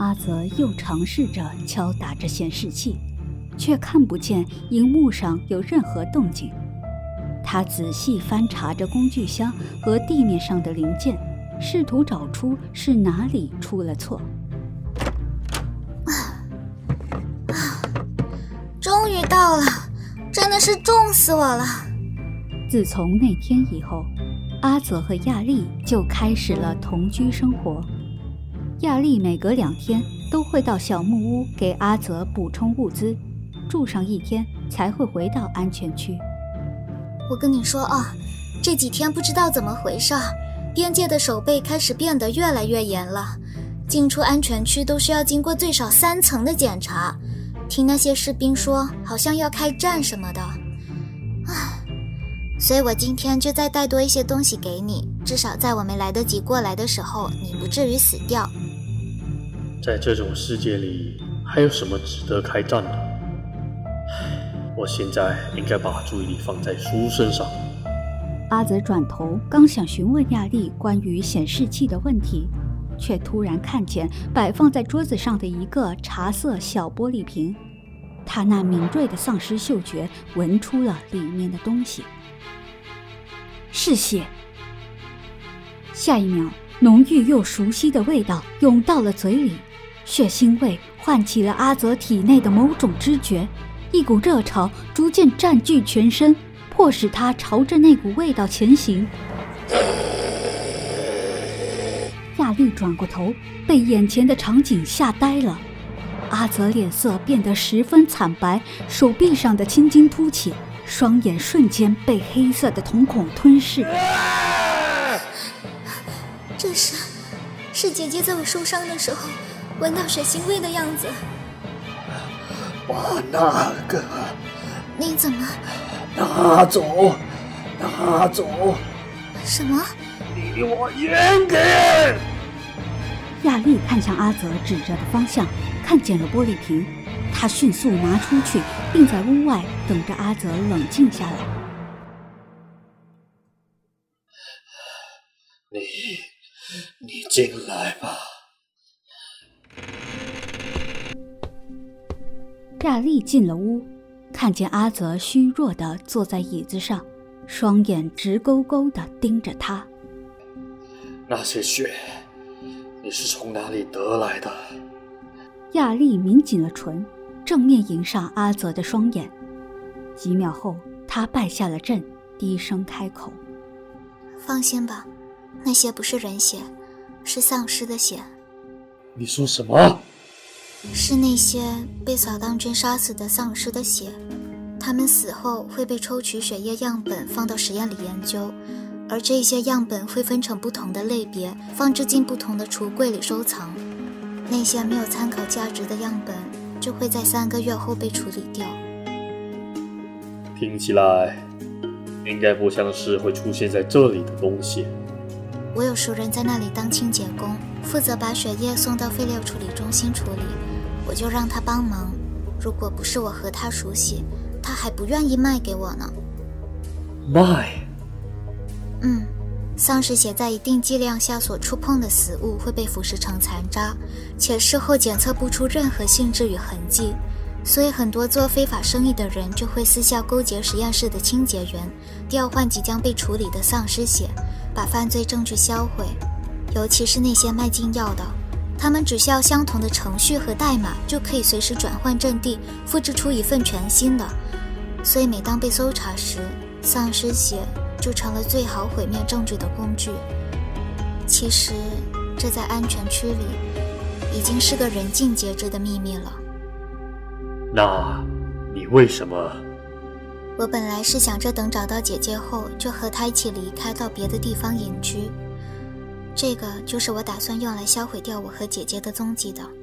阿泽又尝试着敲打着显示器，却看不见荧幕上有任何动静。他仔细翻查着工具箱和地面上的零件，试图找出是哪里出了错。 终于到了，真的是重死我了。 自从那天以后，阿泽和亚丽就开始了同居生活。亚丽每隔2天都会到小木屋给阿泽补充物资，住上1天才会回到安全区。 我跟你说啊，这几天不知道怎么回事，边界的守备开始变得越来越严了，进出安全区都需要经过最少3层的检查。听那些士兵说，好像要开战什么的。所以我今天就再带多一些东西给你，至少在我没来得及过来的时候，你不至于死掉。 在这种世界里，还有什么值得开战的？我现在应该把注意力放在书身上。 阿泽转头刚想询问亚丽关于显示器的问题，却突然看见摆放在桌子上的一个茶色小玻璃瓶。他那敏锐的丧尸嗅觉闻出了里面的东西，是血。下一秒，浓郁又熟悉的味道涌到了嘴里，血腥味唤起了阿泽体内的某种知觉，一股热潮逐渐占据全身，迫使他朝着那股味道前行。亚丽转过头，被眼前的场景吓呆了。阿泽脸色变得十分惨白，手臂上的青筋凸起，双眼瞬间被黑色的瞳孔吞噬。 这是姐姐在我受伤的时候闻到血腥味的样子。 把那个你怎么拿走？拿走！ 什么？ 离我远点！ 亚丽看向阿泽指着的方向，看见了玻璃瓶，他迅速拿出去，并在屋外等着阿泽冷静下来。 你进来吧。 亚丽进了屋，看见阿泽虚弱地坐在椅子上，双眼直勾勾地盯着他。 那些血，你是从哪里得来的？ 亚丽抿紧了唇，正面迎上阿泽的双眼。几秒后，他败下了阵，低声开口： 放心吧，那些不是人血，是丧尸的血。 你说什么？ 是那些被扫荡军杀死的丧尸的血，他们死后会被抽取血液样本放到实验里研究，而这些样本会分成不同的类别，放置进不同的橱柜里收藏。那些没有参考价值的样本就会在3个月后被处理掉。 听起来应该不像是会出现在这里的东西。 我有熟人在那里当清洁工，负责把血液送到废料处理中心处理，我就让他帮忙。如果不是我和他熟悉，他还不愿意卖给我呢。 卖？ 丧尸血在一定剂量下所触碰的死物会被腐蚀成残渣，且事后检测不出任何性质与痕迹，所以很多做非法生意的人就会私下勾结实验室的清洁员，调换即将被处理的丧尸血，把犯罪证据销毁。尤其是那些卖禁药的，他们只需要相同的程序和代码，就可以随时转换阵地，复制出一份全新的。所以每当被搜查时，丧尸血就成了最好毁灭证据的工具。其实这在安全区里已经是个人尽皆知的秘密了。 那你为什么？ 我本来是想着等找到姐姐后就和她一起离开到别的地方隐居，这个就是我打算用来销毁掉我和姐姐的踪迹的。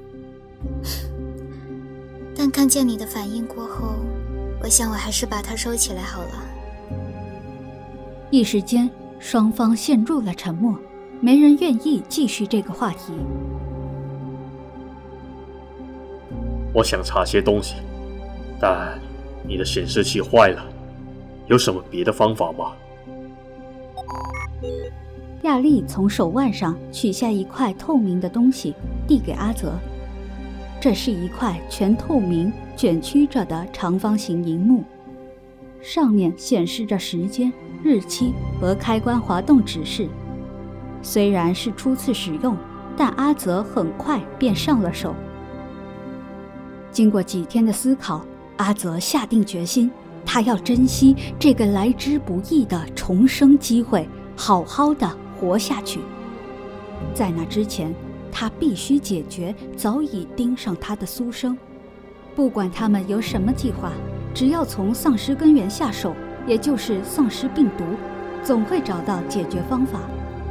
但看见你的反应过后，我想我还是把它收起来好了。 一时间，双方陷入了沉默，没人愿意继续这个话题。 我想查些东西，但你的显示器坏了，有什么别的方法吗？ 亚丽从手腕上取下一块透明的东西，递给阿泽， 这是一块全透明、卷曲着的长方形荧幕，上面显示着时间、日期和开关滑动指示。虽然是初次使用，但阿泽很快便上了手。经过几天的思考，阿泽下定决心，他要珍惜这个来之不易的重生机会，好好的活下去。在那之前，他必须解决早已盯上他的苏生。不管他们有什么计划，只要从丧尸根源下手，也就是丧尸病毒，总会找到解决方法。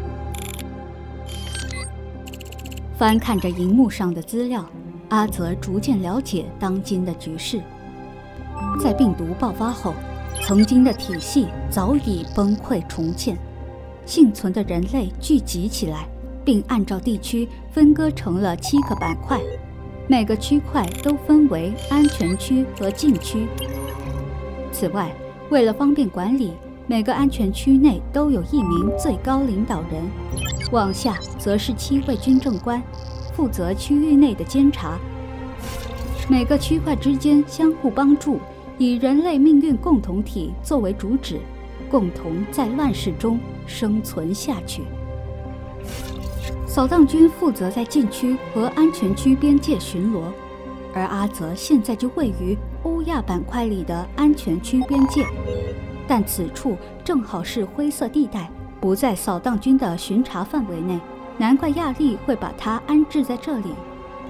翻看着荧幕上的资料，阿泽逐渐了解当今的局势。在病毒爆发后，曾经的体系早已崩溃重建，幸存的人类聚集起来，并按照地区分割成了7个板块，每个区块都分为安全区和禁区。此外，为了方便管理，每个安全区内都有1名最高领导人，往下则是7位军政官，负责区域内的监察。每个区块之间相互帮助，以人类命运共同体作为主旨，共同在乱世中生存下去。扫荡军负责在禁区和安全区边界巡逻，而阿泽现在就位于欧亚板块里的安全区边界，但此处正好是灰色地带，不在扫荡军的巡查范围内，难怪亚历会把他安置在这里。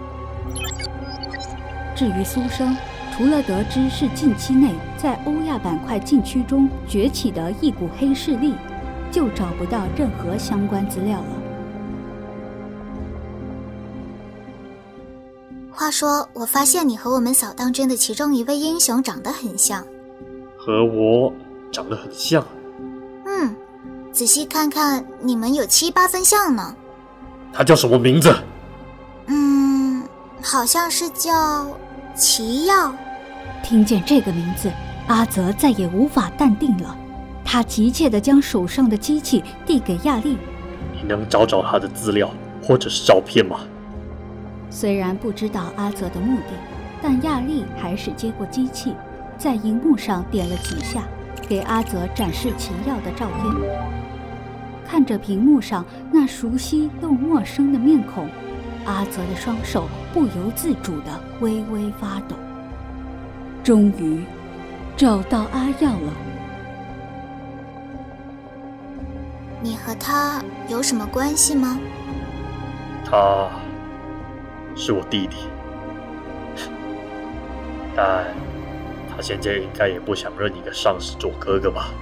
至于苏生，除了得知是近期内在欧亚板块禁区中崛起的一股黑势力，就找不到任何相关资料了。 话说，我发现你和我们扫荡军的其中一位英雄长得很像。 和我长得很像？ 仔细看看，你们有7、8分像呢。 他叫什么名字？ 好像是叫奇耀。 听见这个名字，阿泽再也无法淡定了。他急切地将手上的机器递给亚历。 你能找他的资料或者是照片吗？ 虽然不知道阿泽的目的，但亚历还是接过机器，在荧幕上点了几下，给阿泽展示奇耀的照片。看着屏幕上那熟悉又陌生的面孔，阿泽的双手不由自主地微微发抖。终于找到阿耀了。 你和他有什么关系吗？ 他是我弟弟，但他现在应该也不想认一个丧尸做哥哥吧。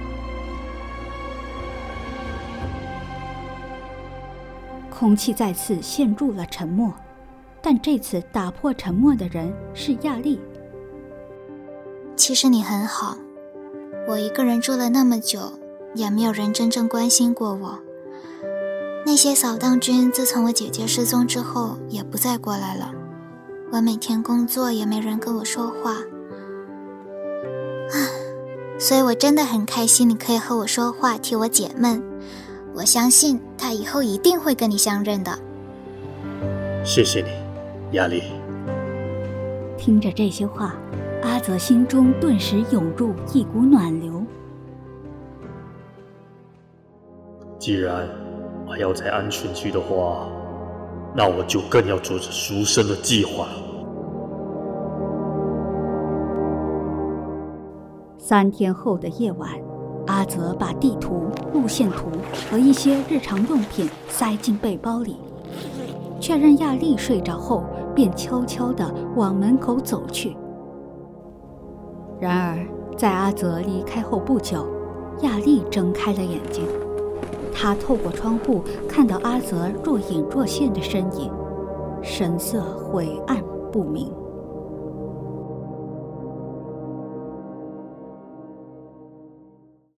空气再次陷入了沉默，但这次打破沉默的人是亚历。 其实你很好，我一个人住了那么久，也没有人真正关心过我。那些扫荡军自从我姐姐失踪之后也不再过来了，我每天工作也没人跟我说话。所以我真的很开心你可以和我说话，替我解闷。我相信他以后一定会跟你相认的。 谢谢你，亚历。 听着这些话，阿泽心中顿时涌入一股暖流。 既然我要在安全区的话，那我就更要做着赎身的计划了。 3天后的夜晚，阿泽把地图、路线图和一些日常用品塞进背包里，确认亚历睡着后，便悄悄地往门口走去。然而，在阿泽离开后不久，亚历睁开了眼睛。他透过窗户看到阿泽若隐若现的身影，神色晦暗不明。